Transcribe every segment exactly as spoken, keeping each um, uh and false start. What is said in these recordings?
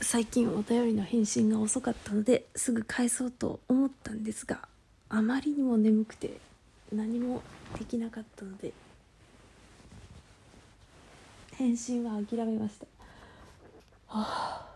最近お便りの返信が遅かったのですぐ返そうと思ったんですが、あまりにも眠くて何もできなかったので返信は諦めました。はあ、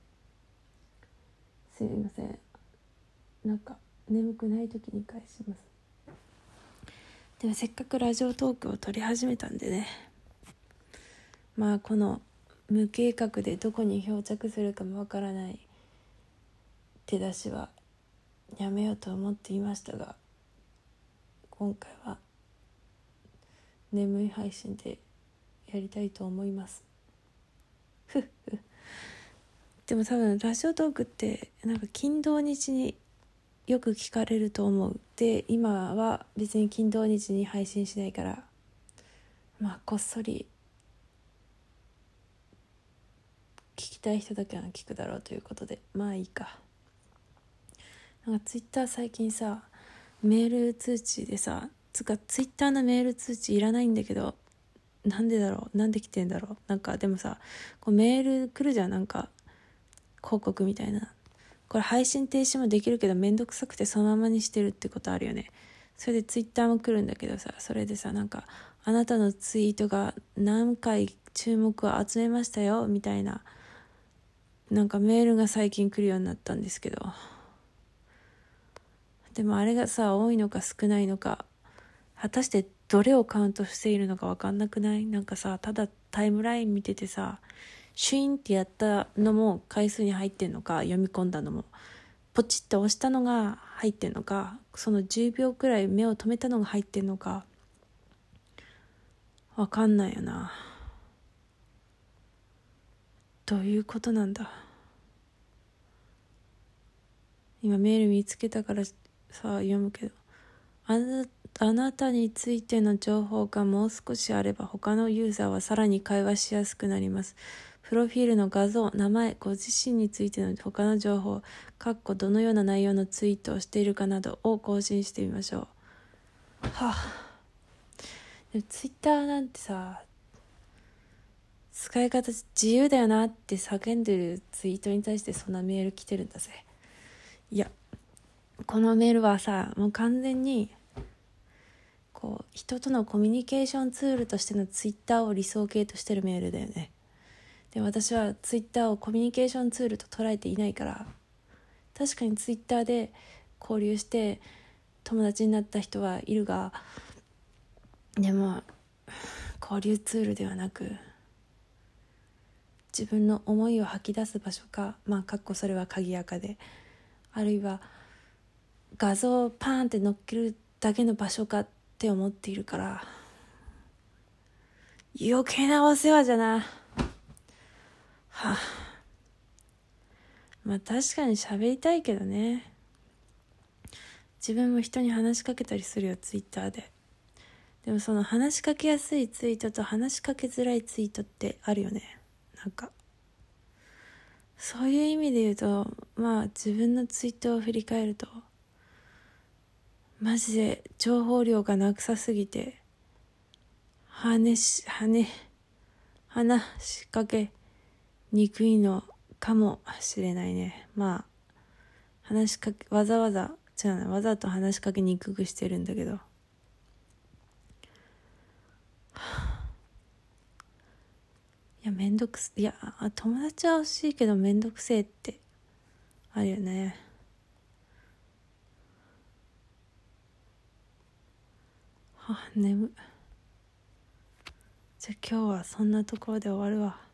すみません。なんか眠くない時に返します。でもせっかくラジオトークを撮り始めたんでね、まあこの無計画でどこに漂着するかもわからない手出しはやめようと思っていましたが、今回は眠い配信でやりたいと思います。ふっふ。でも多分ラジオトークってなんか金土日によく聞かれると思う。で、今は別に金土日に配信しないから、まあこっそり聞きたい人だけは聞くだろうということで、まあいいか。なんかツイッター最近さ、メール通知でさ、つかツイッターのメール通知いらないんだけど、なんでだろう、なんで来てんだろう。なんかでもさ、こうメール来るじゃん、なんか広告みたいな。これ配信停止もできるけどめんどくさくてそのままにしてるってことあるよね。それでツイッターも来るんだけどさ、それでさ、なんかあなたのツイートが何回注目を集めましたよみたいな、なんかメールが最近来るようになったんですけど、でもあれがさ、多いのか少ないのか、果たしてどれをカウントしているのか分かんなくない？なんかさ、ただタイムライン見ててさ、シュインってやったのも回数に入ってんのか、読み込んだのもポチッと押したのが入ってんのか、そのじゅうびょうくらい目を止めたのが入ってんのか分かんないよな。どういうことなんだ。今メール見つけたからさ読むけど、あなあなたについての情報がもう少しあれば他のユーザーはさらに会話しやすくなります。プロフィールの画像、名前、ご自身についての他の情報、かっこどのような内容のツイートをしているかなどを更新してみましょう。はあ、でもツイッターなんてさ、使い方自由だよなって叫んでるツイートに対してそんなメール来てるんだぜ。いや、このメールはさ、もう完全にこう人とのコミュニケーションツールとしてのツイッターを理想形としてるメールだよね。で、私はツイッターをコミュニケーションツールと捉えていないから、確かにツイッターで交流して友達になった人はいるが、でも交流ツールではなく自分の思いを吐き出す場所か、まあかっこそれは鍵垢で、あるいは画像をパーンって乗っけるだけの場所かって思っているから、余計なお世話じゃな。はあ、まあ確かに喋りたいけどね。自分も人に話しかけたりするよ、ツイッターで。でもその話しかけやすいツイートと話しかけづらいツイートってあるよね。なんかそういう意味で言うと、まあ自分のツイートを振り返ると、マジで情報量がなくさすぎて、話し、話、話しかけにくいのかもしれないね。まあ、話しかけ、わざわざ、違うな、わざと話しかけにくくしてるんだけど。いや、めんどくす、いや、友達は欲しいけどめんどくせえってあるよね。はあ、眠。じゃあ今日はそんなところで終わるわ。